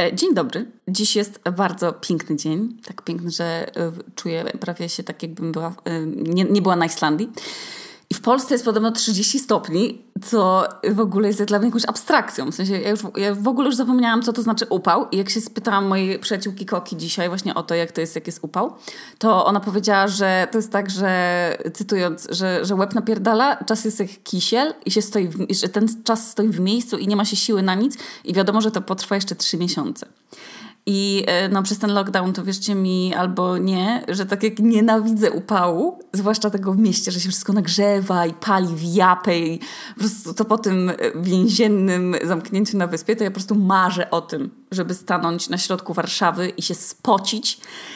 Dzień dobry. Dziś jest bardzo piękny dzień. Tak piękny, że czuję prawie się tak, jakbym była, nie była na Islandii. I w Polsce jest podobno 30 stopni, co w ogóle jest dla mnie jakąś abstrakcją. W sensie ja w ogóle już zapomniałam, co to znaczy upał. I jak się spytałam mojej przyjaciółki Koki dzisiaj właśnie o to, jak jest upał, to ona powiedziała, że to jest tak, że cytując, że łeb napierdala, czas jest jak kisiel i się że ten czas stoi w miejscu i nie ma się siły na nic i wiadomo, że to potrwa jeszcze 3 miesiące. I przez ten lockdown to wierzcie mi albo nie, że tak jak nienawidzę upału, zwłaszcza tego w mieście, że się wszystko nagrzewa i pali w japę i po prostu to po tym więziennym zamknięciu na wyspie, to ja po prostu marzę o tym, żeby stanąć na środku Warszawy i się spocić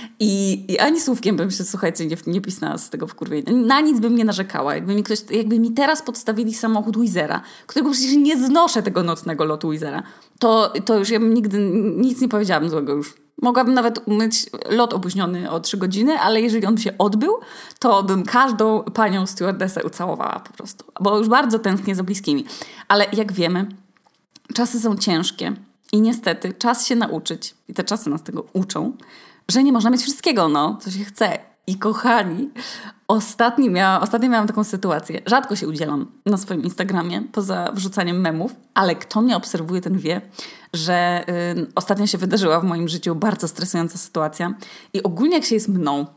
i ani słówkiem bym się, słuchajcie, nie pisnęła z tego wkurwienia. Na nic bym nie narzekała. Jakby mi teraz podstawili samochód Wizera, którego przecież nie znoszę tego nocnego lotu Wizera, to już ja bym nigdy nic nie powiedziałabym złego już. Mogłabym nawet mieć lot opóźniony o 3 godziny, ale jeżeli on się odbył, to bym każdą panią stewardessę ucałowała po prostu. Bo już bardzo tęsknię za bliskimi. Ale jak wiemy, czasy są ciężkie i niestety czas się nauczyć, i te czasy nas tego uczą, że nie można mieć wszystkiego, co się chce. I kochani, ostatnio miałam taką sytuację. Rzadko się udzielam na swoim Instagramie, poza wrzucaniem memów, ale kto mnie obserwuje, ten wie, że ostatnio się wydarzyła w moim życiu bardzo stresująca sytuacja. I ogólnie jak się jest mną,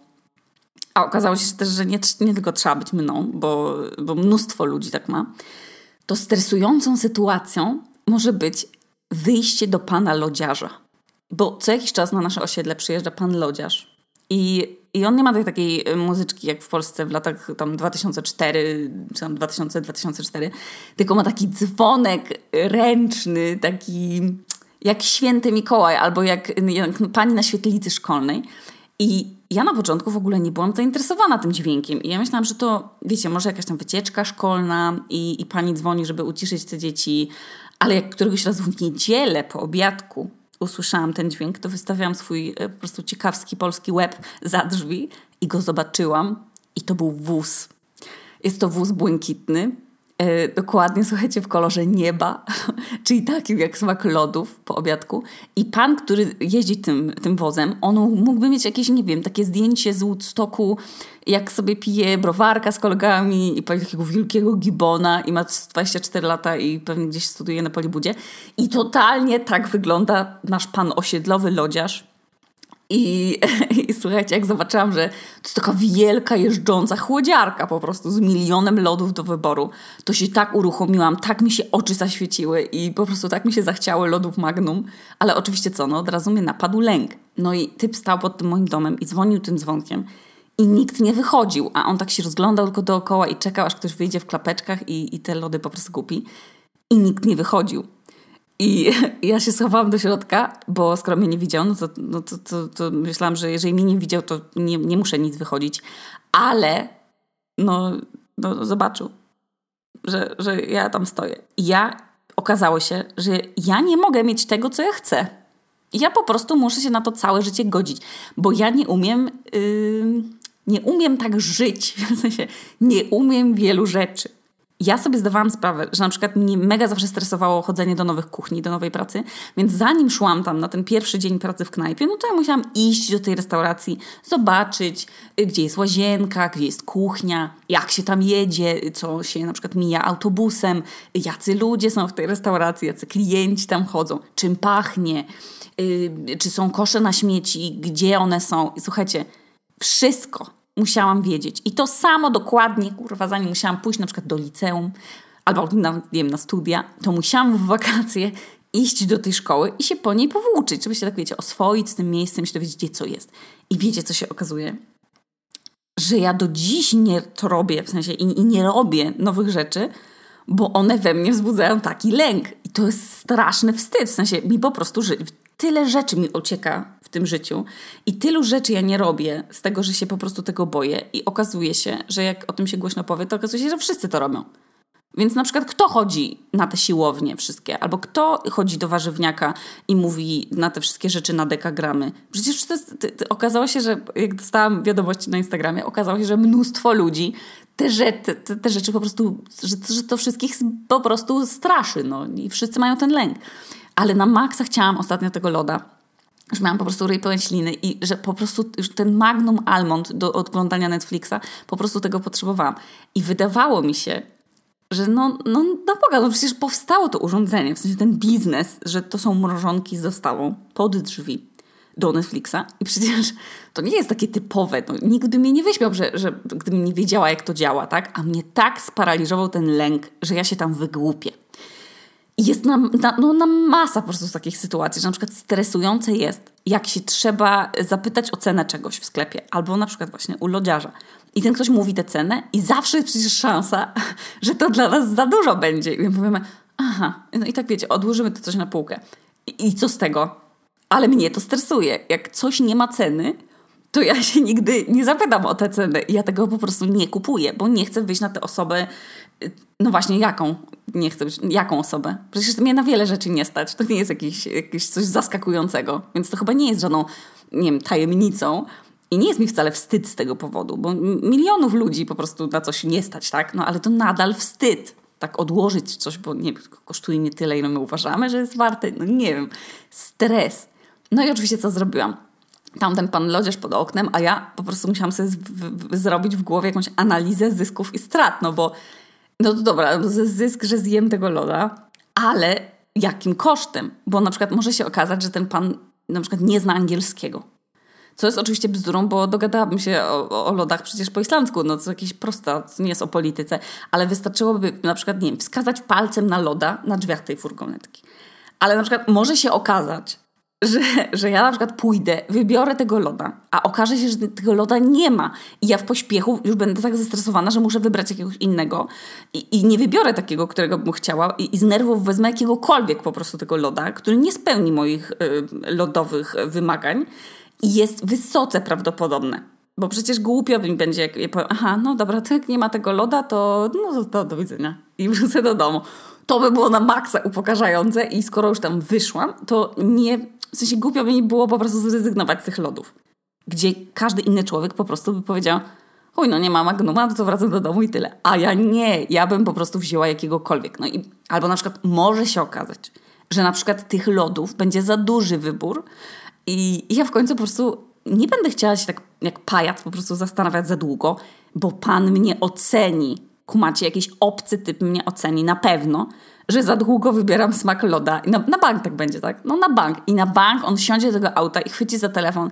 a okazało się też, że nie tylko trzeba być mną, bo mnóstwo ludzi tak ma, to stresującą sytuacją może być wyjście do pana lodziarza. Bo co jakiś czas na nasze osiedle przyjeżdża pan lodziarz. I on nie ma takiej muzyczki jak w Polsce w latach tam 2004 czy tam 2004, tylko ma taki dzwonek ręczny, taki jak święty Mikołaj albo jak pani na świetlicy szkolnej. I ja na początku w ogóle nie byłam zainteresowana tym dźwiękiem. I ja myślałam, że to, wiecie, może jakaś tam wycieczka szkolna i pani dzwoni, żeby uciszyć te dzieci. Ale jak któregoś razu w niedzielę po obiadku usłyszałam ten dźwięk, to wystawiałam swój po prostu ciekawski polski łeb za drzwi i go zobaczyłam. I to był wóz. Jest to wóz błękitny. Dokładnie, słuchajcie, w kolorze nieba, czyli takim jak smak lodów po obiadku. I pan, który jeździ tym wozem, on mógłby mieć jakieś, nie wiem, takie zdjęcie z Woodstocku, jak sobie pije browarka z kolegami i takiego wielkiego gibona i ma 24 lata i pewnie gdzieś studiuje na Polibudzie. I totalnie tak wygląda nasz pan osiedlowy lodziarz. I słuchajcie, jak zobaczyłam, że to jest taka wielka, jeżdżąca chłodziarka po prostu z milionem lodów do wyboru, to się tak uruchomiłam, tak mi się oczy zaświeciły i po prostu tak mi się zachciały lodów Magnum. Ale oczywiście od razu mnie napadł lęk. No i typ stał pod tym moim domem i dzwonił tym dzwonkiem i nikt nie wychodził, a on tak się rozglądał tylko dookoła i czekał, aż ktoś wyjdzie w klapeczkach i te lody po prostu kupi. I nikt nie wychodził. I ja się schowałam do środka, bo skoro mnie nie widział, to myślałam, że jeżeli mnie nie widział, to nie muszę nic wychodzić. Ale zobaczył, że ja tam stoję. I okazało się, że ja nie mogę mieć tego, co ja chcę. Ja po prostu muszę się na to całe życie godzić, bo ja nie umiem tak żyć. W sensie nie umiem wielu rzeczy. Ja sobie zdawałam sprawę, że na przykład mnie mega zawsze stresowało chodzenie do nowych kuchni, do nowej pracy, więc zanim szłam tam na ten pierwszy dzień pracy w knajpie, to ja musiałam iść do tej restauracji, zobaczyć, gdzie jest łazienka, gdzie jest kuchnia, jak się tam jedzie, co się na przykład mija autobusem, jacy ludzie są w tej restauracji, jacy klienci tam chodzą, czym pachnie, czy są kosze na śmieci, gdzie one są. I słuchajcie, wszystko musiałam wiedzieć. I to samo dokładnie, zanim musiałam pójść na przykład do liceum albo na studia, to musiałam w wakacje iść do tej szkoły i się po niej powłóczyć, żeby się tak, wiecie, oswoić z tym miejscem, się dowiedzieć, gdzie co jest. I wiecie, co się okazuje? Że ja do dziś nie to robię, w sensie i nie robię nowych rzeczy, bo one we mnie wzbudzają taki lęk. I to jest straszny wstyd. W sensie mi po prostu tyle rzeczy mi ucieka w tym życiu i tylu rzeczy ja nie robię z tego, że się po prostu tego boję i okazuje się, że jak o tym się głośno powie, to okazuje się, że wszyscy to robią. Więc na przykład kto chodzi na te siłownie wszystkie? Albo kto chodzi do warzywniaka i mówi na te wszystkie rzeczy na dekagramy? Przecież okazało się, że jak dostałam wiadomości na Instagramie, okazało się, że mnóstwo ludzi te rzeczy po prostu, że to wszystkich po prostu straszy. I wszyscy mają ten lęk. Ale na maksa chciałam ostatnio tego loda. Że miałam po prostu ryj pełen śliny i że po prostu już ten magnum almond do oglądania Netflixa, po prostu tego potrzebowałam. I wydawało mi się, że no na Boga, no przecież powstało to urządzenie, w sensie ten biznes, że to są mrożonki z dostawą pod drzwi do Netflixa i przecież to nie jest takie typowe. No, nikt by mnie nie wyśmiał, że gdybym nie wiedziała, jak to działa, tak? A mnie tak sparaliżował ten lęk, że ja się tam wygłupię. I jest na masa po prostu takich sytuacji, że na przykład stresujące jest, jak się trzeba zapytać o cenę czegoś w sklepie, albo na przykład właśnie u lodziarza. I ten ktoś mówi tę cenę i zawsze jest przecież szansa, że to dla nas za dużo będzie. I my powiemy, aha, no i tak wiecie, odłożymy to coś na półkę. I co z tego? Ale mnie to stresuje. Jak coś nie ma ceny, to ja się nigdy nie zapytam o tę cenę. I ja tego po prostu nie kupuję, bo nie chcę wyjść na tę osobę. No właśnie, jaką? Nie chcę być. Jaką osobę? Przecież mnie na wiele rzeczy nie stać. To nie jest jakieś coś zaskakującego. Więc to chyba nie jest żadną, nie wiem, tajemnicą. I nie jest mi wcale wstyd z tego powodu, bo milionów ludzi po prostu na coś nie stać, tak? No ale to nadal wstyd. Tak odłożyć coś, bo nie kosztuje nie tyle, ile my uważamy, że jest warte. No nie wiem. Stres. No i oczywiście co zrobiłam? Tamten pan lodziarz pod oknem, a ja po prostu musiałam sobie zrobić w głowie jakąś analizę zysków i strat, no bo no to dobra, zysk, że zjem tego loda, ale jakim kosztem? Bo na przykład może się okazać, że ten pan na przykład nie zna angielskiego. Co jest oczywiście bzdurą, bo dogadałabym się o lodach przecież po islandzku, no to jakieś prosta, to nie jest o polityce, ale wystarczyłoby na przykład, nie wiem, wskazać palcem na loda na drzwiach tej furgonetki. Ale na przykład może się okazać, że ja na przykład pójdę, wybiorę tego loda, a okaże się, że tego loda nie ma. I ja w pośpiechu już będę tak zestresowana, że muszę wybrać jakiegoś innego i nie wybiorę takiego, którego bym chciała i z nerwów wezmę jakiegokolwiek po prostu tego loda, który nie spełni moich lodowych wymagań i jest wysoce prawdopodobne. Bo przecież głupio mi będzie, jak ja powiem, aha, no dobra, to jak nie ma tego loda, to no to do widzenia. I wrócę do domu. To by było na maksa upokarzające i skoro już tam wyszłam, to nie... W sensie głupio by mi było po prostu zrezygnować z tych lodów. Gdzie każdy inny człowiek po prostu by powiedział, oj, no nie ma Magnuma, to wracam do domu i tyle. A ja nie, ja bym po prostu wzięła jakiegokolwiek. No i albo na przykład może się okazać, że na przykład tych lodów będzie za duży wybór i ja w końcu po prostu nie będę chciała się tak jak pajac po prostu zastanawiać za długo, bo pan mnie oceni. Kumacie, jakiś obcy typ mnie oceni na pewno, że za długo wybieram smak loda. I na bank tak będzie, tak? No na bank. I na bank on wsiądzie do tego auta i chwyci za telefon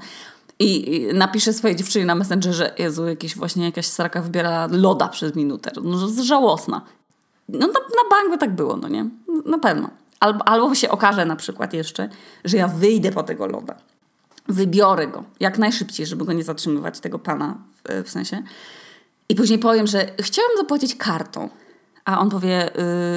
i napisze swojej dziewczynie na Messengerze, Jezu, jakaś sraka wybiera loda przez minutę. No to jest żałosna. No na bank by tak było, no nie? Na pewno. Albo się okaże na przykład jeszcze, że ja wyjdę po tego loda. Wybiorę go jak najszybciej, żeby go nie zatrzymywać, tego pana w sensie. I później powiem, że chciałam zapłacić kartą. A on powie,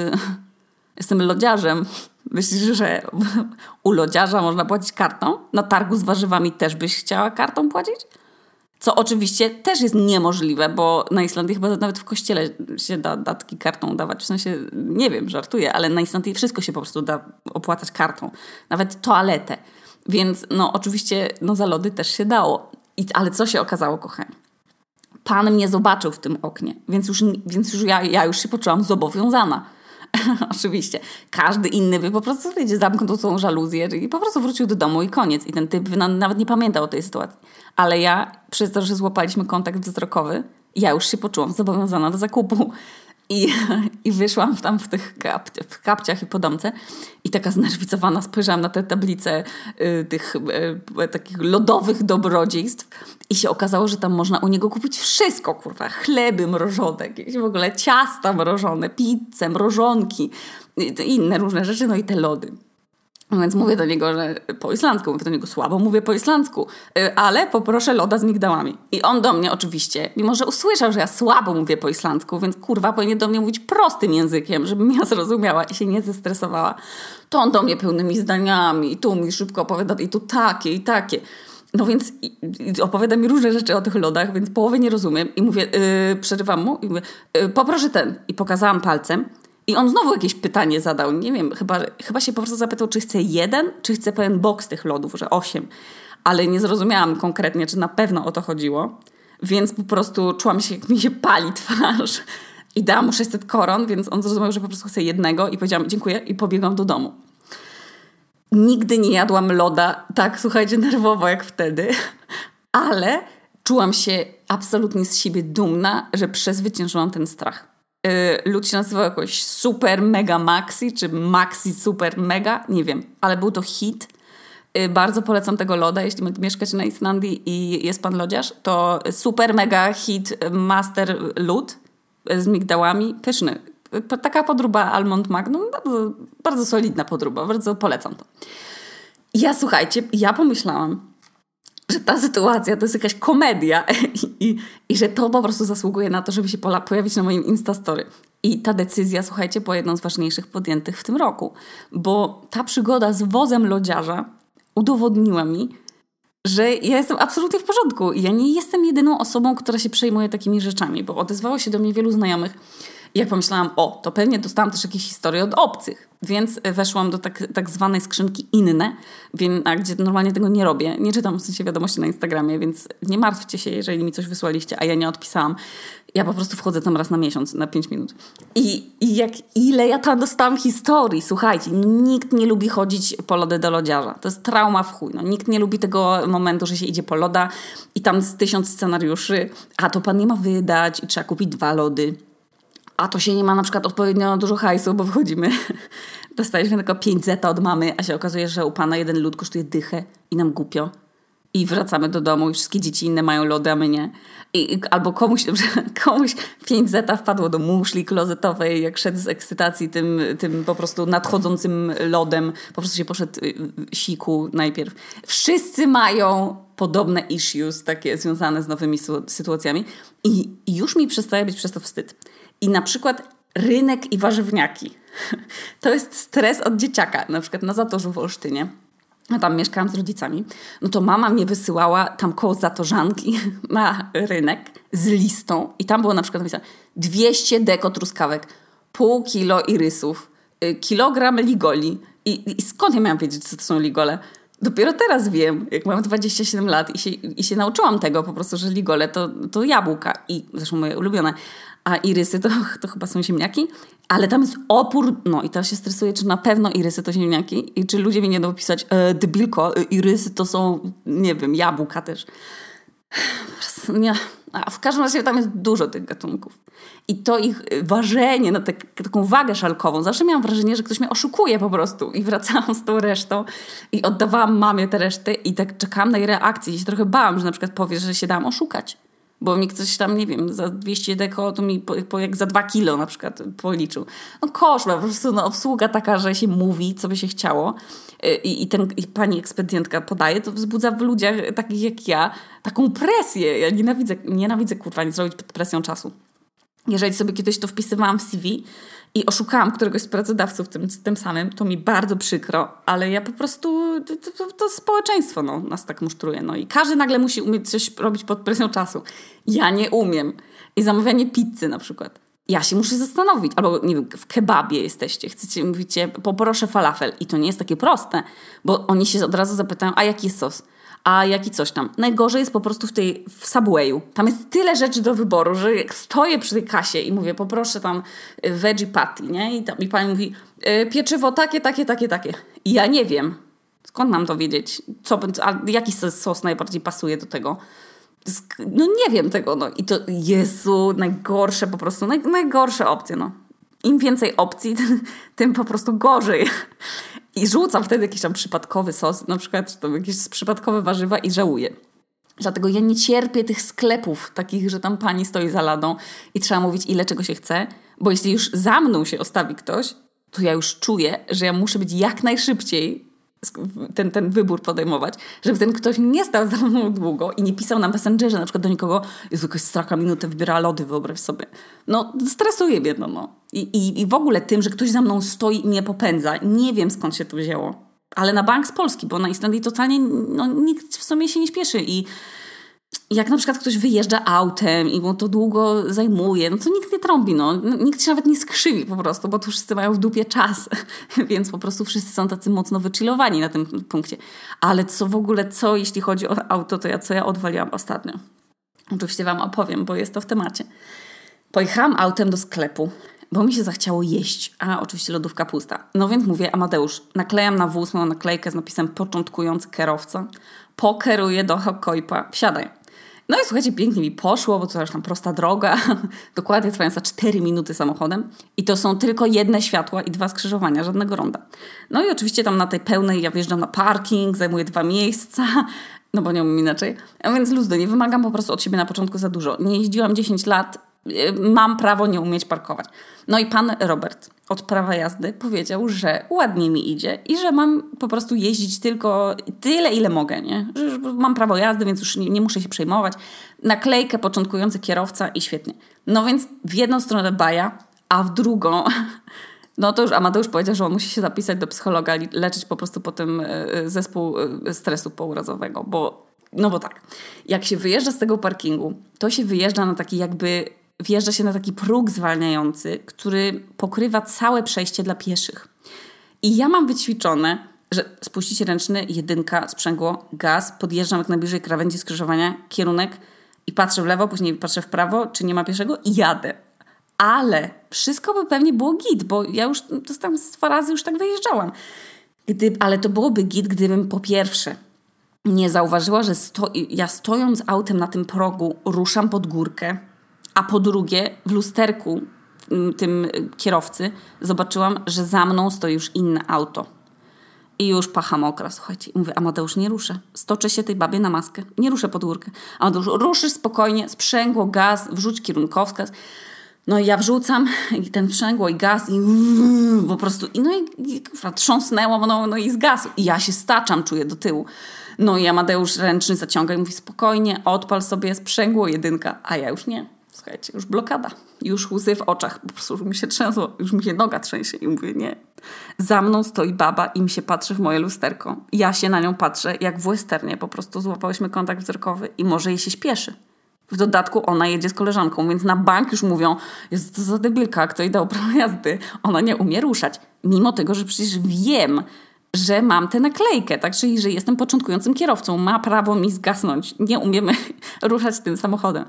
jestem lodziarzem. Myślisz, że u lodziarza można płacić kartą? Na targu z warzywami też byś chciała kartą płacić? Co oczywiście też jest niemożliwe, bo na Islandii chyba nawet w kościele się da datki kartą dawać. W sensie, nie wiem, żartuję, ale na Islandii wszystko się po prostu da opłacać kartą. Nawet toaletę. Więc no oczywiście za lody też się dało. Ale co się okazało, kochani? Pan mnie zobaczył w tym oknie, więc już ja już się poczułam zobowiązana. Oczywiście. Każdy inny by po prostu, wiecie, zamknął tą żaluzję i po prostu wrócił do domu i koniec. I ten typ nawet nie pamiętał o tej sytuacji. Ale ja, przez to, że złapaliśmy kontakt wzrokowy, ja już się poczułam zobowiązana do zakupu. I wyszłam tam w tych kapciach i podomce i taka znerwicowana spojrzałam na te tablice tych takich lodowych dobrodziejstw i się okazało, że tam można u niego kupić wszystko, kurwa, chleby mrożone, jakieś w ogóle ciasta mrożone, pizzę, mrożonki, inne różne rzeczy, no i te lody. No więc mówię do niego, że po islandzku, mówię do niego słabo, mówię po islandzku, ale poproszę loda z migdałami. I on do mnie oczywiście, mimo że usłyszał, że ja słabo mówię po islandzku, więc kurwa powinien do mnie mówić prostym językiem, żebym ja zrozumiała i się nie zestresowała, to on do mnie pełnymi zdaniami i tu mi szybko opowiada i tu takie i takie. No więc opowiada mi różne rzeczy o tych lodach, więc połowy nie rozumiem i mówię, przerywam mu i mówię, poproszę ten. I pokazałam palcem. I on znowu jakieś pytanie zadał, nie wiem, chyba się po prostu zapytał, czy chce 1, czy chce pełen boks tych lodów, że 8. Ale nie zrozumiałam konkretnie, czy na pewno o to chodziło. Więc po prostu czułam się, jak mi się pali twarz. I dałam mu 600 koron, więc on zrozumiał, że po prostu chce jednego i powiedziałam dziękuję i pobiegłam do domu. Nigdy nie jadłam loda tak, słuchajcie, nerwowo jak wtedy, ale czułam się absolutnie z siebie dumna, że przezwyciężyłam ten strach. Lud się nazywał jakoś Super Mega Maxi, czy Maxi Super Mega, nie wiem, ale był to hit. Bardzo polecam tego loda, jeśli mieszkacie na Islandii i jest pan lodziarz, to Super Mega Hit Master Lód z migdałami, pyszny. Taka podróba Almond Magnum, bardzo, bardzo solidna podróba, bardzo polecam to. Słuchajcie, ja pomyślałam, że ta sytuacja to jest jakaś komedia i że to po prostu zasługuje na to, żeby się pojawić na moim Instastory. I ta decyzja, słuchajcie, była jedną z ważniejszych podjętych w tym roku, bo ta przygoda z wozem lodziarza udowodniła mi, że ja jestem absolutnie w porządku i ja nie jestem jedyną osobą, która się przejmuje takimi rzeczami, bo odezwało się do mnie wielu znajomych. I jak pomyślałam, to pewnie dostałam też jakieś historie od obcych, więc weszłam do tak zwanej skrzynki inne, gdzie normalnie tego nie robię. Nie czytam w sensie wiadomości na Instagramie, więc nie martwcie się, jeżeli mi coś wysłaliście, a ja nie odpisałam. Ja po prostu wchodzę tam raz na miesiąc, na 5 minut. Ile ja tam dostałam historii, słuchajcie, nikt nie lubi chodzić po lody do lodziarza. To jest trauma w chuj. Nikt nie lubi tego momentu, że się idzie po loda i tam z 1000 scenariuszy, a to pan nie ma wydać i trzeba kupić 2 lody. A to się nie ma na przykład odpowiednio dużo hajsu, bo wchodzimy, dostaliśmy tylko 5 zeta od mamy, a się okazuje, że u pana jeden lód kosztuje dychę i nam głupio. I wracamy do domu i wszystkie dzieci inne mają lody, a my nie. Albo komuś 5 zeta wpadło do muszli klozetowej, jak szedł z ekscytacji tym po prostu nadchodzącym lodem. Po prostu się poszedł siku najpierw. Wszyscy mają podobne issues, takie związane z nowymi sytuacjami. I już mi przestaje być przez to wstyd. I na przykład rynek i warzywniaki. To jest stres od dzieciaka. Na przykład na Zatorzu w Olsztynie. Tam mieszkałam z rodzicami. No to mama mnie wysyłała tam koło Zatorzanki na rynek z listą. I tam było na przykład napisane 200 deko truskawek, pół kilo irysów, kilogram ligoli. I skąd ja miałam wiedzieć, co to są ligole? Dopiero teraz wiem, jak mam 27 lat i się nauczyłam tego po prostu, że ligole to jabłka. I zresztą moje ulubione. A irysy to chyba są ziemniaki, ale tam jest opór. No i teraz się stresuję, czy na pewno irysy to ziemniaki i czy ludzie mi nie będą pisać debilko, irysy to są, nie wiem, jabłka też. Nie. A w każdym razie tam jest dużo tych gatunków. I to ich ważenie na taką wagę szalkową. Zawsze miałam wrażenie, że ktoś mnie oszukuje po prostu. I wracałam z tą resztą i oddawałam mamie tę resztę i tak czekałam na jej reakcję. I się trochę bałam, że na przykład powie, że się dałam oszukać. Bo mi ktoś tam, nie wiem, za 200 deko to mi jak za 2 kilo na przykład policzył. No koszmar, po prostu obsługa taka, że się mówi, co by się chciało i pani ekspedientka podaje, to wzbudza w ludziach takich jak ja taką presję. Ja nienawidzę kurwa nie zrobić pod presją czasu. Jeżeli sobie kiedyś to wpisywałam w CV i oszukałam któregoś z pracodawców tym samym, to mi bardzo przykro, ale ja po prostu, to społeczeństwo nas tak musztruje. I każdy nagle musi umieć coś robić pod presją czasu. Ja nie umiem. I zamawianie pizzy na przykład. Ja się muszę zastanowić. Albo, nie wiem, w kebabie jesteście, mówicie, poproszę falafel. I to nie jest takie proste, bo oni się od razu zapytają, a jaki jest sos? A jaki coś tam. Najgorzej jest po prostu w Subwayu. Tam jest tyle rzeczy do wyboru, że jak stoję przy tej kasie i mówię, poproszę tam veggie patty, nie? I pani mówi, pieczywo takie. I ja nie wiem. Skąd mam to wiedzieć? Jaki sos najbardziej pasuje do tego? No nie wiem tego, I to, Jezu, najgorsze po prostu, najgorsze opcje, Im więcej opcji, tym po prostu gorzej. I rzucam wtedy jakiś tam przypadkowy sos, na przykład tam jakieś przypadkowe warzywa i żałuję. Dlatego ja nie cierpię tych sklepów takich, że tam pani stoi za ladą i trzeba mówić, ile czego się chce, bo jeśli już za mną się ostawi ktoś, to ja już czuję, że ja muszę być jak najszybciej ten wybór podejmować, żeby ten ktoś nie stał za mną długo i nie pisał na Messengerze na przykład do nikogo, jest jakaś straka minutę wybiera lody, wyobraź sobie. Stresuje mnie, I w ogóle tym, że ktoś za mną stoi i mnie popędza. Nie wiem, skąd się to wzięło. Ale na bank z Polski, bo na Islandii totalnie nikt w sumie się nie śpieszy i jak na przykład ktoś wyjeżdża autem i mu to długo zajmuje, to nikt nie trąbi, nikt się nawet nie skrzywi po prostu, bo tu wszyscy mają w dupie czas, więc po prostu wszyscy są tacy mocno wychillowani na tym punkcie. Ale co jeśli chodzi o auto, to co ja odwaliłam ostatnio? Oczywiście wam opowiem, bo jest to w temacie. Pojechałam autem do sklepu bo mi się zachciało jeść, a oczywiście lodówka pusta. No więc mówię, Amadeusz, naklejam na wóz moją naklejkę z napisem początkujący kierowca, pokieruję do Hakoipa, wsiadaj. No i słuchajcie, pięknie mi poszło, bo to już tam prosta droga, dokładnie trwająca 4 minuty samochodem i to są tylko jedne światła i 2 skrzyżowania, żadnego ronda. No i oczywiście tam na tej pełnej ja wjeżdżam na parking, zajmuję 2 miejsca, no bo nie umiem inaczej. A więc luzdo, nie wymagam po prostu od siebie na początku za dużo. Nie jeździłam 10 lat, mam prawo nie umieć parkować. No i pan Robert od prawa jazdy powiedział, że ładnie mi idzie i że mam po prostu jeździć tylko tyle, ile mogę, nie? Że mam prawo jazdy, więc już nie muszę się przejmować. Naklejkę początkujący kierowca i świetnie. No więc w jedną stronę baja, a w drugą... No to już Amadeusz powiedział, że on musi się zapisać do psychologa, leczyć po prostu potem zespół stresu pourazowego, bo tak, jak się wyjeżdża z tego parkingu, to się wyjeżdża na taki wjeżdża się na taki próg zwalniający, który pokrywa całe przejście dla pieszych. I ja mam wyćwiczone, że spuścić ręczny, 1, sprzęgło, gaz, podjeżdżam jak najbliżej krawędzi skrzyżowania, kierunek i patrzę w lewo, później patrzę w prawo, czy nie ma pieszego i jadę. Ale wszystko by pewnie było git, bo ja już tam 2 razy już tak wyjeżdżałam. Ale to byłoby git, gdybym po pierwsze nie zauważyła, że ja stojąc autem na tym progu ruszam pod górkę, a po drugie w lusterku tym kierowcy zobaczyłam, że za mną stoi już inne auto. I już pacha mokra, słuchajcie. I mówię, Amadeusz, nie ruszę. Stoczę się tej babie na maskę. Nie ruszę pod górkę. Amadeusz, ruszysz spokojnie, sprzęgło, gaz, wrzuć kierunkowskaz. No i ja wrzucam i ten sprzęgło i gaz i po prostu i trząsnęło, no i zgasł. I ja się staczam, czuję do tyłu. No i Amadeusz ręczny zaciąga i mówi, spokojnie, odpal sobie sprzęgło, 1, a ja już nie. Słuchajcie, już blokada, już łzy w oczach, po prostu już mi się trzęsło, już mi się noga trzęsie i mówię, nie. Za mną stoi baba i mi się patrzy w moje lusterko. Ja się na nią patrzę, jak w westernie, po prostu złapałyśmy kontakt wzrokowy i może jej się śpieszy. W dodatku ona jedzie z koleżanką, więc na bank już mówią, jest to za debilka, kto jej dał prawo jazdy. Ona nie umie ruszać, mimo tego, że przecież wiem, że mam tę naklejkę, tak, czyli że jestem początkującym kierowcą, ma prawo mi zgasnąć, nie umiemy ruszać tym samochodem.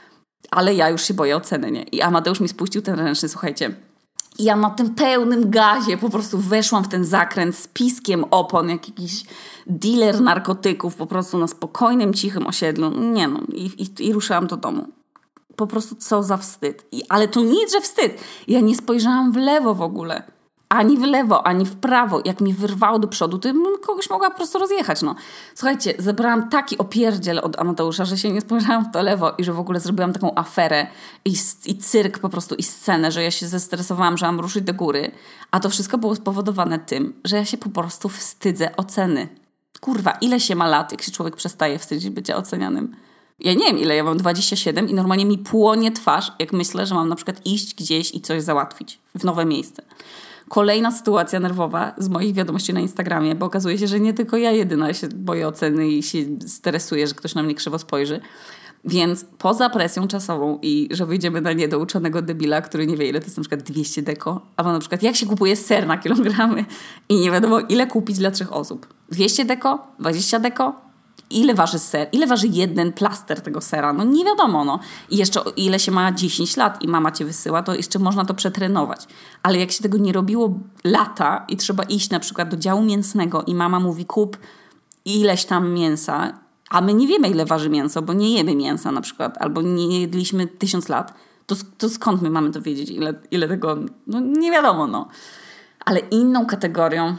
Ale ja już się boję oceny, nie? I Amadeusz mi spuścił ten ręczny, słuchajcie. I ja na tym pełnym gazie po prostu weszłam w ten zakręt z piskiem opon, jak jakiś dealer narkotyków, po prostu na spokojnym, cichym osiedlu. Nie no, i ruszyłam do domu. Po prostu co za wstyd. Ale to nic, że wstyd. Ja nie spojrzałam w lewo w ogóle. Ani w lewo, ani w prawo. Jak mi wyrwało do przodu, to kogoś mogła po prostu rozjechać. No. Słuchajcie, zebrałam taki opierdziel od Amadeusza, że się nie spojrzałam w to lewo i że w ogóle zrobiłam taką aferę i cyrk po prostu i scenę, że ja się zestresowałam, że mam ruszyć do góry. A to wszystko było spowodowane tym, że ja się po prostu wstydzę oceny. Kurwa, ile się ma lat, jak się człowiek przestaje wstydzić bycia ocenianym? Ja nie wiem, ile ja mam, 27 i normalnie mi płonie twarz, jak myślę, że mam na przykład iść gdzieś i coś załatwić w nowe miejsce. Kolejna sytuacja nerwowa z moich wiadomości na Instagramie, bo okazuje się, że nie tylko ja jedyna się boję oceny i się stresuję, że ktoś na mnie krzywo spojrzy. Więc poza presją czasową i że wyjdziemy na niedouczonego debila, który nie wie, ile to jest na przykład 200 deko, albo na przykład jak się kupuje ser na kilogramy i nie wiadomo, ile kupić dla 3 osób. 200 deko? 20 deko? Ile waży ser? Ile waży 1 plaster tego sera? No nie wiadomo, no. I jeszcze ile się ma 10 lat i mama cię wysyła, to jeszcze można to przetrenować. Ale jak się tego nie robiło lata i trzeba iść na przykład do działu mięsnego i mama mówi kup ileś tam mięsa, a my nie wiemy, ile waży mięso, bo nie jemy mięsa na przykład, albo nie jedliśmy 1000 lat, to skąd my mamy to wiedzieć, ile tego... No nie wiadomo, no. Ale inną kategorią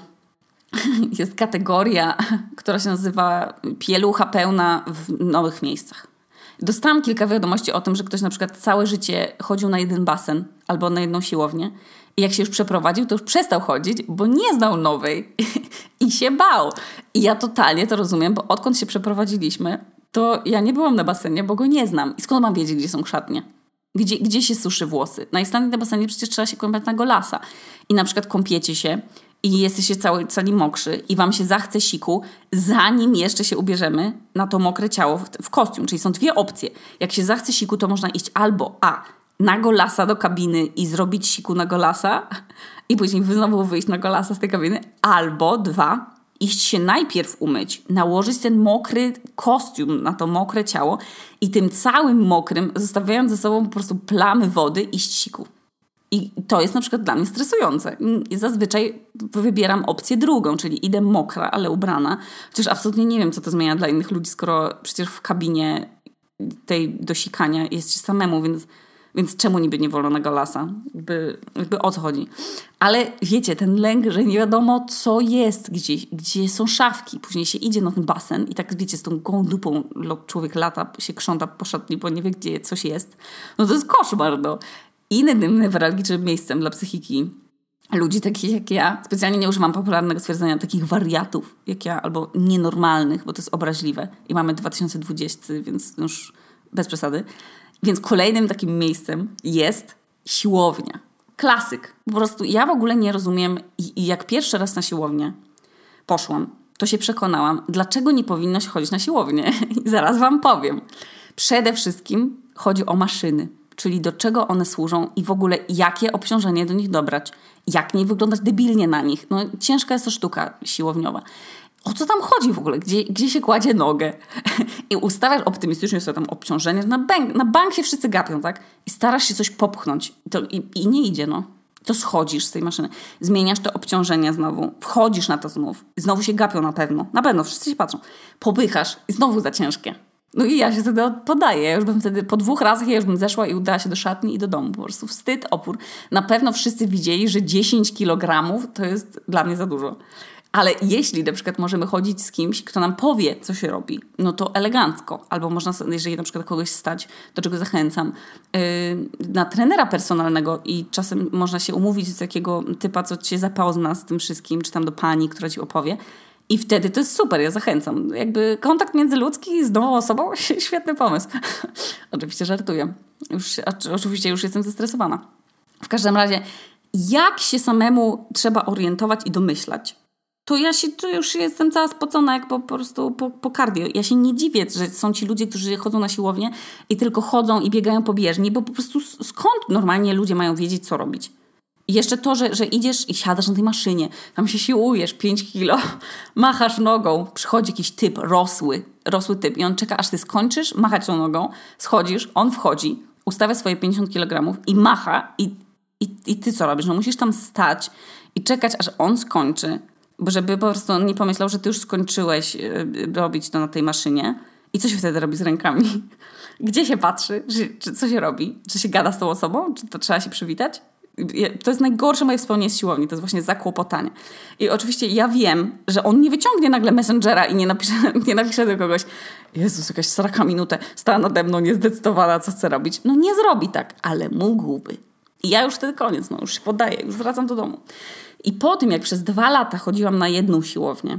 jest kategoria, która się nazywa pielucha pełna w nowych miejscach. Dostałam kilka wiadomości o tym, że ktoś na przykład całe życie chodził na 1 basen albo na 1 siłownię i jak się już przeprowadził, to już przestał chodzić, bo nie znał nowej i się bał. I ja totalnie to rozumiem, bo odkąd się przeprowadziliśmy, to ja nie byłam na basenie, bo go nie znam. I skąd mam wiedzieć, gdzie są szatnie? Gdzie się suszy włosy? Na Islandii na basenie przecież trzeba się kąpać na golasa. I na przykład kąpiecie się i jesteście cali mokrzy i wam się zachce siku, zanim jeszcze się ubierzemy na to mokre ciało w kostium. Czyli są 2 opcje. Jak się zachce siku, to można iść albo na golasa do kabiny i zrobić siku na golasa i później znowu wyjść na golasa z tej kabiny, albo 2, iść się najpierw umyć, nałożyć ten mokry kostium na to mokre ciało i tym całym mokrym, zostawiając ze sobą po prostu plamy wody, iść siku. I to jest na przykład dla mnie stresujące. I zazwyczaj wybieram opcję drugą, czyli idę mokra, ale ubrana. Chociaż absolutnie nie wiem, co to zmienia dla innych ludzi, skoro przecież w kabinie tej do sikania jest się samemu, więc czemu niby nie wolno lasa? Jakby o co chodzi? Ale wiecie, ten lęk, że nie wiadomo co jest gdzieś, gdzie są szafki. Później się idzie na ten basen i tak wiecie, z tą gołą dupą człowiek lata, się krząta po szatni, bo nie wie gdzie coś jest. No to jest koszmar, no. Innym newralgicznym miejscem dla psychiki ludzi takich jak ja, specjalnie nie używam popularnego stwierdzenia takich wariatów jak ja, albo nienormalnych, bo to jest obraźliwe i mamy 2020, więc już bez przesady. Więc kolejnym takim miejscem jest siłownia. Klasyk. Po prostu ja w ogóle nie rozumiem i jak pierwszy raz na siłownię poszłam, to się przekonałam, dlaczego nie powinno się chodzić na siłownię. I zaraz wam powiem. Przede wszystkim chodzi o maszyny, czyli do czego one służą i w ogóle jakie obciążenie do nich dobrać. Jak nie wyglądać debilnie na nich. No ciężka jest to sztuka siłowniowa. O co tam chodzi w ogóle? Gdzie się kładzie nogę? I ustawiasz optymistycznie sobie tam obciążenie. Na bank się wszyscy gapią, tak? I starasz się coś popchnąć. I nie idzie, no. To schodzisz z tej maszyny. Zmieniasz to obciążenie znowu. Wchodzisz na to znów. I znowu się gapią na pewno. Na pewno, wszyscy się patrzą. Popychasz i znowu za ciężkie. No i ja się wtedy podaję. Ja już bym wtedy po 2 razach ja już bym zeszła i udała się do szatni i do domu. Po prostu wstyd, opór. Na pewno wszyscy widzieli, że 10 kilogramów to jest dla mnie za dużo. Ale jeśli na przykład możemy chodzić z kimś, kto nam powie, co się robi, no to elegancko. Albo można, jeżeli na przykład kogoś stać, do czego zachęcam, na trenera personalnego i czasem można się umówić z takiego typa, co cię zapozna z tym wszystkim, czy tam do pani, która ci opowie. I wtedy to jest super, ja zachęcam. Jakby kontakt międzyludzki z nową osobą, świetny pomysł. Oczywiście żartuję. Oczywiście już jestem zestresowana. W każdym razie, jak się samemu trzeba orientować i domyślać? To już jestem cała spocona jak po prostu po cardio. Ja się nie dziwię, że są ci ludzie, którzy chodzą na siłownię i tylko chodzą i biegają po bieżni, bo po prostu skąd normalnie ludzie mają wiedzieć, co robić? I jeszcze to, że idziesz i siadasz na tej maszynie, tam się siłujesz 5 kilo, machasz nogą, przychodzi jakiś typ, rosły typ i on czeka, aż ty skończysz machać tą nogą, schodzisz, on wchodzi, ustawia swoje 50 kg i macha i ty co robisz? No musisz tam stać i czekać, aż on skończy, bo żeby po prostu on nie pomyślał, że ty już skończyłeś robić to na tej maszynie. I co się wtedy robi z rękami? Gdzie się patrzy? Co się robi? Czy się gada z tą osobą? Czy to trzeba się przywitać? To jest najgorsze moje wspomnienie z siłowni. To jest właśnie zakłopotanie. I oczywiście ja wiem, że on nie wyciągnie nagle Messengera i nie napisze do kogoś: Jezus, jakaś sraka minutę stała nade mną niezdecydowana, co chce robić. No nie zrobi tak, ale mógłby. I ja już wtedy koniec, już się poddaję, już wracam do domu. I po tym, jak przez 2 lata chodziłam na jedną siłownię,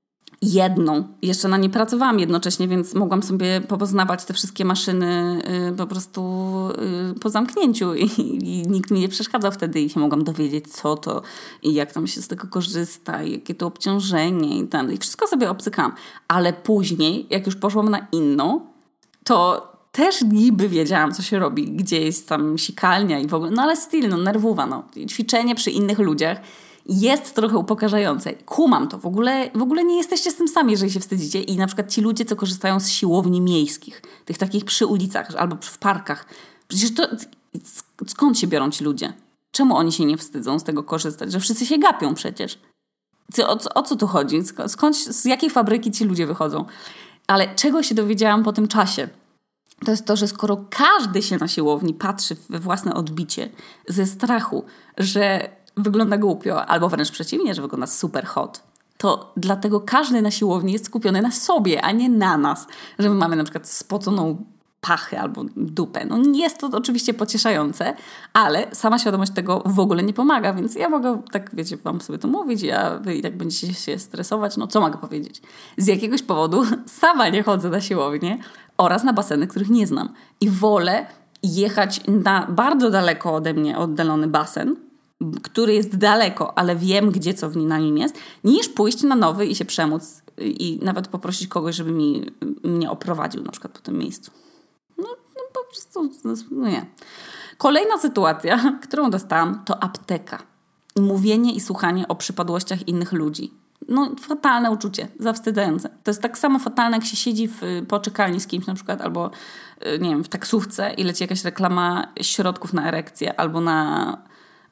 jeszcze na nie pracowałam jednocześnie, więc mogłam sobie poznawać te wszystkie maszyny po prostu po zamknięciu i nikt mi nie przeszkadzał wtedy i się mogłam dowiedzieć, co to i jak tam się z tego korzysta i jakie to obciążenie i wszystko sobie obcykałam. Ale później, jak już poszłam na inną, to też niby wiedziałam, co się robi, gdzie jest tam sikalnia i w ogóle, ale nerwowa, ćwiczenie przy innych ludziach jest trochę upokarzające. Kumam to. W ogóle nie jesteście z tym sami, jeżeli się wstydzicie. I na przykład ci ludzie, co korzystają z siłowni miejskich, tych takich przy ulicach albo w parkach. Przecież to skąd się biorą ci ludzie? Czemu oni się nie wstydzą z tego korzystać? Że wszyscy się gapią przecież. O co tu chodzi? Z jakiej fabryki ci ludzie wychodzą? Ale czego się dowiedziałam po tym czasie? To jest to, że skoro każdy się na siłowni patrzy we własne odbicie ze strachu, że wygląda głupio, albo wręcz przeciwnie, że wygląda super hot, to dlatego każdy na siłowni jest skupiony na sobie, a nie na nas. Że my mamy na przykład spoconą pachę albo dupę. Jest to oczywiście pocieszające, ale sama świadomość tego w ogóle nie pomaga, więc ja mogę tak, wiecie, wam sobie to mówić, a wy i tak będziecie się stresować. Co mogę powiedzieć? Z jakiegoś powodu sama nie chodzę na siłownię oraz na baseny, których nie znam. I wolę jechać na bardzo daleko ode mnie oddalony basen, który jest daleko, ale wiem, gdzie co na nim jest, niż pójść na nowy i się przemóc i nawet poprosić kogoś, żeby mnie oprowadził na przykład po tym miejscu. Po prostu nie. Kolejna sytuacja, którą dostałam, to apteka. Mówienie i słuchanie o przypadłościach innych ludzi. Fatalne uczucie, zawstydzające. To jest tak samo fatalne, jak się siedzi w poczekalni z kimś na przykład, albo nie wiem, w taksówce i leci jakaś reklama środków na erekcję, albo na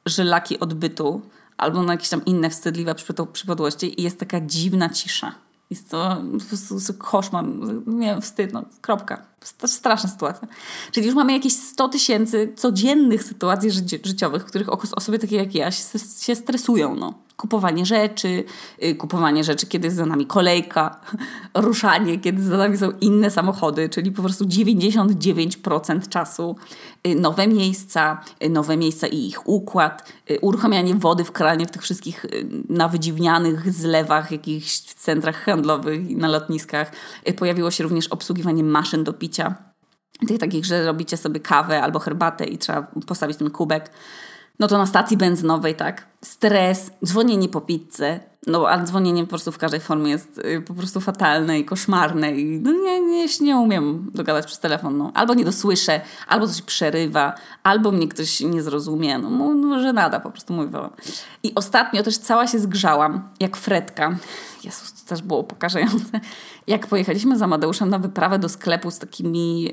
żylaki odbytu albo na jakieś tam inne wstydliwe przypadłości i jest taka dziwna cisza. Jest to po prostu koszmar, nie wiem, wstyd, no kropka. To straszna sytuacja. Czyli już mamy jakieś 100 000 codziennych sytuacji życiowych, w których osoby takie jak ja się stresują. No. Kupowanie rzeczy, kiedy jest za nami kolejka, ruszanie, kiedy za nami są inne samochody, czyli po prostu 99% czasu nowe miejsca i ich układ, uruchamianie wody w kranie w tych wszystkich nawydziwnianych zlewach, jakichś centrach handlowych i na lotniskach. Pojawiło się również obsługiwanie maszyn do picia. Tych takich, że robicie sobie kawę albo herbatę i trzeba postawić ten kubek. No to na stacji benzynowej, tak. Stres, dzwonienie po pizzę. No, ale dzwonienie po prostu w każdej formie jest po prostu fatalne i koszmarne. I no, nie umiem dogadać przez telefon. No. Albo nie dosłyszę, albo coś przerywa, albo mnie ktoś nie zrozumie. No żenada po prostu mówię. I ostatnio też cała się zgrzałam, jak Fredka. Jezus, to też było upokarzające. Jak pojechaliśmy z Amadeuszem na wyprawę do sklepu z takimi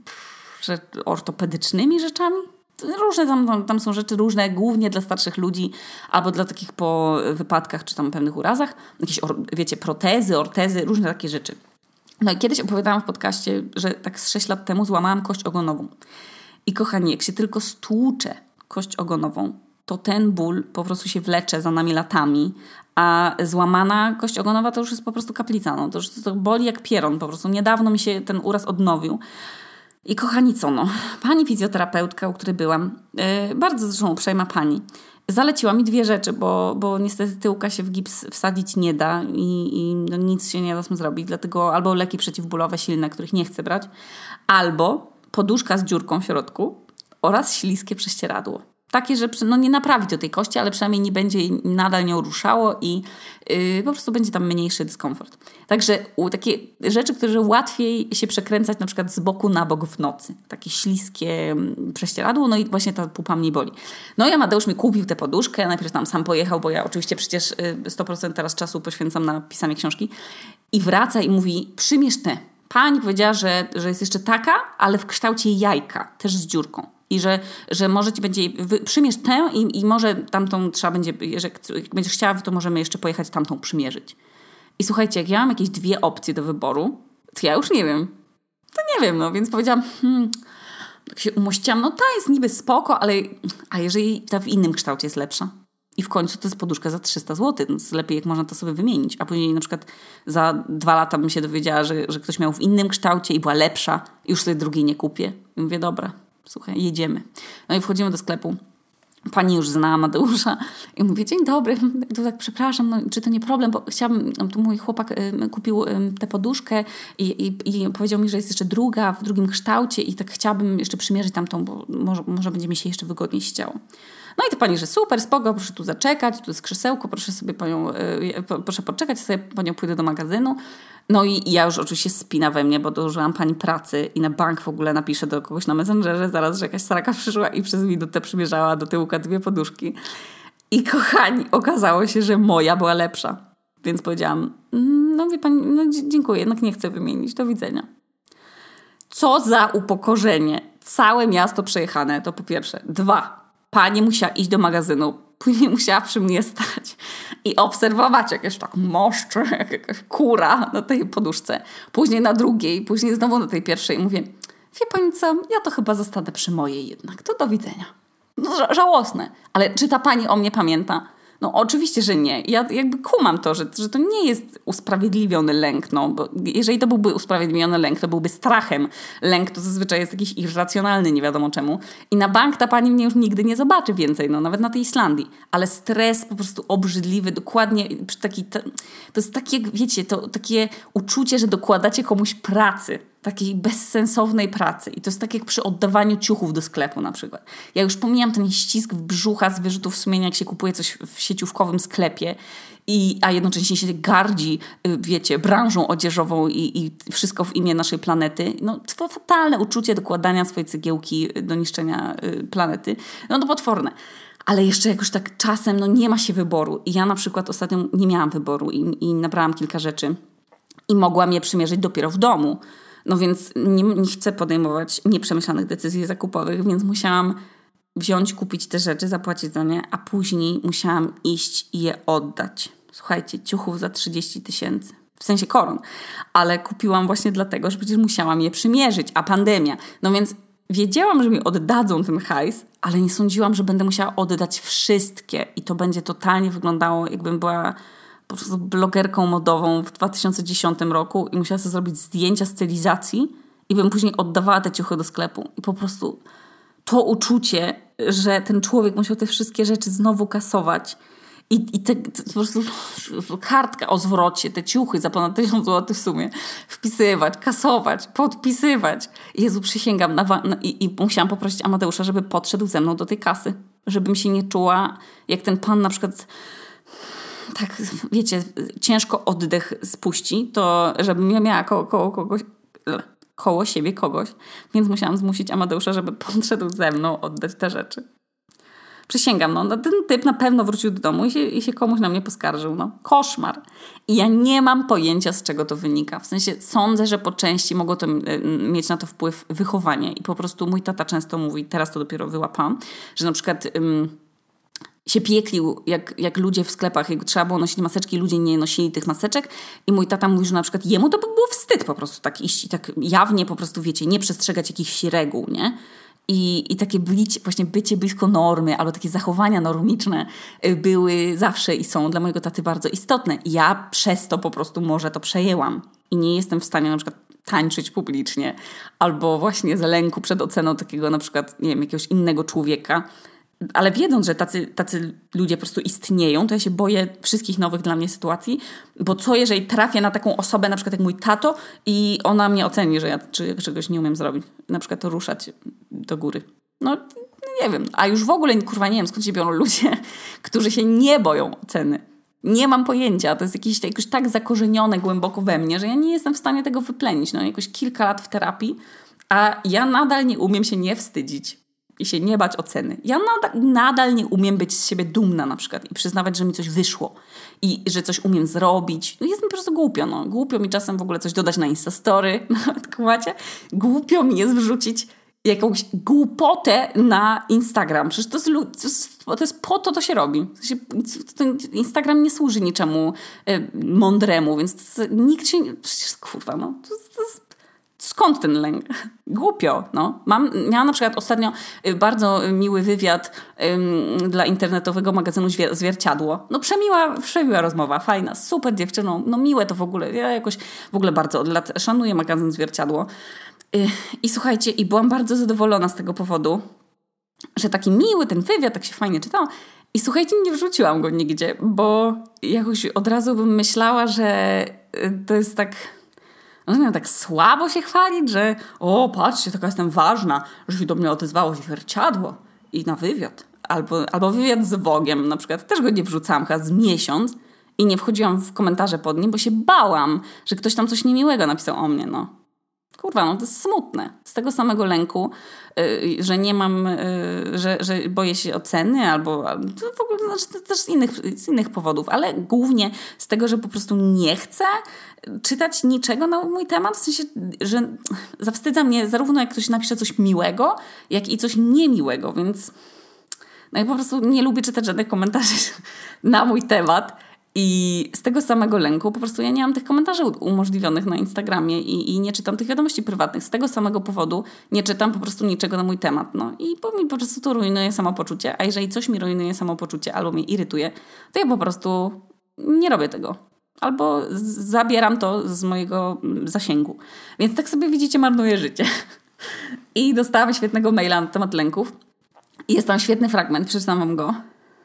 ortopedycznymi rzeczami. Różne tam są rzeczy, różne, głównie dla starszych ludzi albo dla takich po wypadkach czy tam pewnych urazach. Jakieś, wiecie, protezy, ortezy, różne takie rzeczy. No i kiedyś opowiadałam w podcaście, że tak z 6 lat temu złamałam kość ogonową. I kochani, jak się tylko stłucze kość ogonową, to ten ból po prostu się wlecze za nami latami, a złamana kość ogonowa to już jest po prostu kaplica. No. To boli jak pieron po prostu. Niedawno mi się ten uraz odnowił. I kochani, co no? Pani fizjoterapeutka, u której byłam, bardzo zresztą uprzejma pani, zaleciła mi 2 rzeczy, bo niestety tyłka się w gips wsadzić nie da i no nic się nie da z tym zrobić. Dlatego albo leki przeciwbólowe silne, których nie chcę brać, albo poduszka z dziurką w środku oraz śliskie prześcieradło. Takie, że no nie naprawi to tej kości, ale przynajmniej nie będzie nadal nią ruszało i po prostu będzie tam mniejszy dyskomfort. Także takie rzeczy, które łatwiej się przekręcać na przykład z boku na bok w nocy. Takie śliskie prześcieradło, no i właśnie ta pupa mnie boli. No i Amadeusz mi kupił tę poduszkę, najpierw tam sam pojechał, bo ja oczywiście przecież 100% teraz czasu poświęcam na pisanie książki i wraca i mówi, przymierz tę. Pani powiedziała, że jest jeszcze taka, ale w kształcie jajka, też z dziurką. I że może ci będzie, przymierz tę i może tamtą trzeba będzie, że jak będziesz chciała, to możemy jeszcze pojechać tamtą przymierzyć. I słuchajcie, jak ja mam jakieś 2 opcje do wyboru, to ja już nie wiem. To nie wiem, no więc powiedziałam, tak się umościłam, no ta jest niby spoko, ale a jeżeli ta w innym kształcie jest lepsza? I w końcu to jest poduszka za 300 zł, więc lepiej jak można to sobie wymienić. A później na przykład za 2 lata bym się dowiedziała, że ktoś miał w innym kształcie i była lepsza i już sobie drugiej nie kupię. I mówię, dobra. Słuchaj, jedziemy. No i wchodzimy do sklepu. Pani już zna Amadeusza i mówię, dzień dobry, to tak przepraszam, no, czy to nie problem, bo chciałabym, tu mój chłopak kupił tę poduszkę i powiedział mi, że jest jeszcze druga w drugim kształcie i tak chciałabym jeszcze przymierzyć tamtą, bo może będzie mi się jeszcze wygodniej siedziało. No i to pani, że super, spoko, proszę tu zaczekać, tu jest krzesełko, proszę poczekać, sobie po nią pójdę do magazynu. No i ja już oczywiście spina we mnie, bo dołożyłam pani pracy i na bank w ogóle napiszę do kogoś na Messengerze zaraz, że jakaś saraka przyszła i przez minutę przymierzała do tyłka 2 poduszki. I kochani, okazało się, że moja była lepsza. Więc powiedziałam, no wie pani, no dziękuję, jednak nie chcę wymienić, do widzenia. Co za upokorzenie. Całe miasto przejechane, to po pierwsze. 2. Pani musiała iść do magazynu, później musiała przy mnie stać i obserwować jakieś tak moszcze, jak jakaś kura na tej poduszce. Później na drugiej, później znowu na tej pierwszej. I mówię, wie pani co, ja to chyba zostanę przy mojej jednak. To do widzenia. No, żałosne. Ale czy ta pani o mnie pamięta? No oczywiście, że nie. Ja jakby kumam to, że to nie jest usprawiedliwiony lęk. No, bo jeżeli to byłby usprawiedliwiony lęk, to byłby strachem. Lęk to zazwyczaj jest jakiś irracjonalny, nie wiadomo czemu. I na bank ta pani mnie już nigdy nie zobaczy więcej, no nawet na tej Islandii. Ale stres po prostu obrzydliwy, dokładnie to jest takie, wiecie, to takie uczucie, że dokładacie komuś pracy. Takiej bezsensownej pracy. I to jest tak jak przy oddawaniu ciuchów do sklepu na przykład. Ja już pomijam ten ścisk w brzucha z wyrzutów sumienia, jak się kupuje coś w sieciówkowym sklepie, a jednocześnie się gardzi, wiecie, branżą odzieżową i wszystko w imię naszej planety. No to fatalne uczucie dokładania swojej cegiełki do niszczenia planety. No to potworne. Ale jeszcze jak już tak czasem, no nie ma się wyboru. I ja na przykład ostatnio nie miałam wyboru i nabrałam kilka rzeczy i mogłam je przymierzyć dopiero w domu. No więc nie chcę podejmować nieprzemyślanych decyzji zakupowych, więc musiałam wziąć, kupić te rzeczy, zapłacić za nie, a później musiałam iść i je oddać. Słuchajcie, ciuchów za 30 000. W sensie koron. Ale kupiłam właśnie dlatego, że przecież musiałam je przymierzyć, a pandemia. No więc wiedziałam, że mi oddadzą ten hajs, ale nie sądziłam, że będę musiała oddać wszystkie. I to będzie totalnie wyglądało, jakbym była po prostu blogerką modową w 2010 roku i musiała sobie zrobić zdjęcia stylizacji i bym później oddawała te ciuchy do sklepu. I po prostu to uczucie, że ten człowiek musiał te wszystkie rzeczy znowu kasować i po prostu kartka o zwrocie, te ciuchy za ponad 1000 zł w sumie, wpisywać, kasować, podpisywać. Jezu, przysięgam. I musiałam poprosić Amadeusza, żeby podszedł ze mną do tej kasy. Żebym się nie czuła, jak ten pan na przykład tak, wiecie, ciężko oddech spuści, to żebym ja miała koło siebie kogoś. Więc musiałam zmusić Amadeusza, żeby podszedł ze mną oddać te rzeczy. Przysięgam, no ten typ na pewno wrócił do domu i się komuś na mnie poskarżył. No, koszmar. I ja nie mam pojęcia, z czego to wynika. W sensie sądzę, że po części mogło to mieć na to wpływ wychowanie. I po prostu mój tata często mówi, teraz to dopiero wyłapałam, że na przykład się pieklił, jak ludzie w sklepach, jak trzeba było nosić maseczki, ludzie nie nosili tych maseczek i mój tata mówi, że na przykład jemu to by było wstyd po prostu tak iść i tak jawnie po prostu, wiecie, nie przestrzegać jakichś reguł, nie? I takie bycie blisko normy, albo takie zachowania normiczne były zawsze i są dla mojego taty bardzo istotne. I ja przez to po prostu może to przejęłam. I nie jestem w stanie na przykład tańczyć publicznie, albo właśnie z lęku przed oceną takiego na przykład, nie wiem, jakiegoś innego człowieka. Ale wiedząc, że tacy ludzie po prostu istnieją, to ja się boję wszystkich nowych dla mnie sytuacji, bo co jeżeli trafię na taką osobę, na przykład jak mój tato i ona mnie oceni, że ja czegoś nie umiem zrobić. Na przykład to ruszać do góry. No nie wiem. A już w ogóle kurwa nie wiem, skąd się biorą ludzie, którzy się nie boją oceny. Nie mam pojęcia. To jest jakoś tak zakorzenione głęboko we mnie, że ja nie jestem w stanie tego wyplenić. No jakoś kilka lat w terapii, a ja nadal nie umiem się nie wstydzić i się nie bać oceny. Ja nadal nie umiem być z siebie dumna na przykład i przyznawać, że mi coś wyszło i że coś umiem zrobić. No jest mi po prostu głupio. No. Głupio mi czasem w ogóle coś dodać na Instastory, nawet kumacie. Głupio mi jest wrzucić jakąś głupotę na Instagram. Przecież to jest po to się robi. W sensie, ten Instagram nie służy niczemu mądremu, więc nikt się... Przecież kurwa, no. To jest skąd ten lęk? Głupio, no. Miałam na przykład ostatnio bardzo miły wywiad dla internetowego magazynu Zwierciadło. No przemiła rozmowa, fajna, super dziewczyną, no miłe to w ogóle. Ja jakoś w ogóle bardzo od lat szanuję magazyn Zwierciadło. I słuchajcie, i byłam bardzo zadowolona z tego powodu, że taki miły ten wywiad, tak się fajnie czytało. I słuchajcie, nie wrzuciłam go nigdzie, bo jakoś od razu bym myślała, że to jest tak... No nie wiem, tak słabo się chwalić, że patrzcie, taka jestem ważna, że się do mnie odezwało Zwierciadło i na wywiad. Albo wywiad z Wogiem na przykład. Też go nie wrzucałam chyba z miesiąc i nie wchodziłam w komentarze pod nim, bo się bałam, że ktoś tam coś niemiłego napisał o mnie, no. Kurwa, no to jest smutne. Z tego samego lęku, że nie mam, że boję się oceny albo w ogóle znaczy, też z innych powodów, ale głównie z tego, że po prostu nie chcę czytać niczego na mój temat, w sensie, że zawstydza mnie zarówno jak ktoś napisze coś miłego, jak i coś niemiłego, więc no ja po prostu nie lubię czytać żadnych komentarzy na mój temat. I z tego samego lęku po prostu ja nie mam tych komentarzy umożliwionych na Instagramie i nie czytam tych wiadomości prywatnych. Z tego samego powodu nie czytam po prostu niczego na mój temat. No. I bo mi po prostu to rujnuje samopoczucie, a jeżeli coś mi rujnuje samopoczucie albo mnie irytuje, to ja po prostu nie robię tego. Albo zabieram to z mojego zasięgu. Więc tak sobie widzicie, marnuję życie. I dostałam świetnego maila na temat lęków. I jest tam świetny fragment, przeczytam wam go.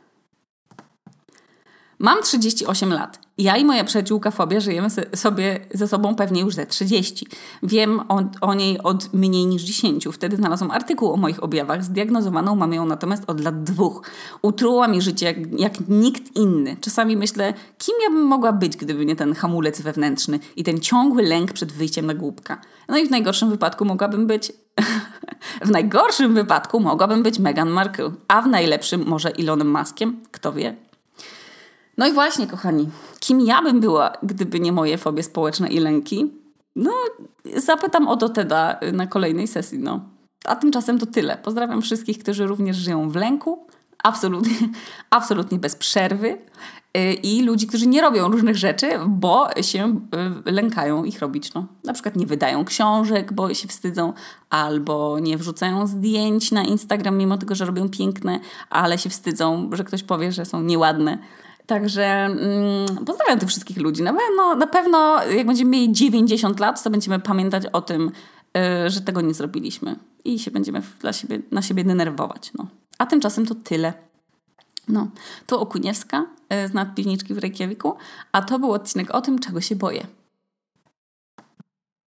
Mam 38 lat. Ja i moja przyjaciółka Fobia żyjemy sobie ze sobą pewnie już ze 30. Wiem o niej od mniej niż 10. Wtedy znalazłam artykuł o moich objawach. Zdiagnozowaną mam ją natomiast od lat 2. Utruła mi życie jak nikt inny. Czasami myślę, kim ja bym mogła być, gdyby nie ten hamulec wewnętrzny i ten ciągły lęk przed wyjściem na głupka. No i w najgorszym wypadku mogłabym być... w najgorszym wypadku mogłabym być Meghan Markle, a w najlepszym może Elonem Muskiem. Kto wie? No i właśnie, kochani, kim ja bym była, gdyby nie moje fobie społeczne i lęki? No, zapytam o to Teda na kolejnej sesji, no. A tymczasem to tyle. Pozdrawiam wszystkich, którzy również żyją w lęku. Absolutnie, absolutnie bez przerwy. I ludzi, którzy nie robią różnych rzeczy, bo się lękają ich robić. No. Na przykład nie wydają książek, bo się wstydzą, albo nie wrzucają zdjęć na Instagram, mimo tego, że robią piękne, ale się wstydzą, że ktoś powie, że są nieładne. Także pozdrawiam tych wszystkich ludzi. Na pewno jak będziemy mieli 90 lat, to będziemy pamiętać o tym, że tego nie zrobiliśmy. I się będziemy na siebie denerwować. No. A tymczasem to tyle. No, to Okuniewska z Nadpiwniczki w Reykjaviku, a to był odcinek o tym, czego się boję.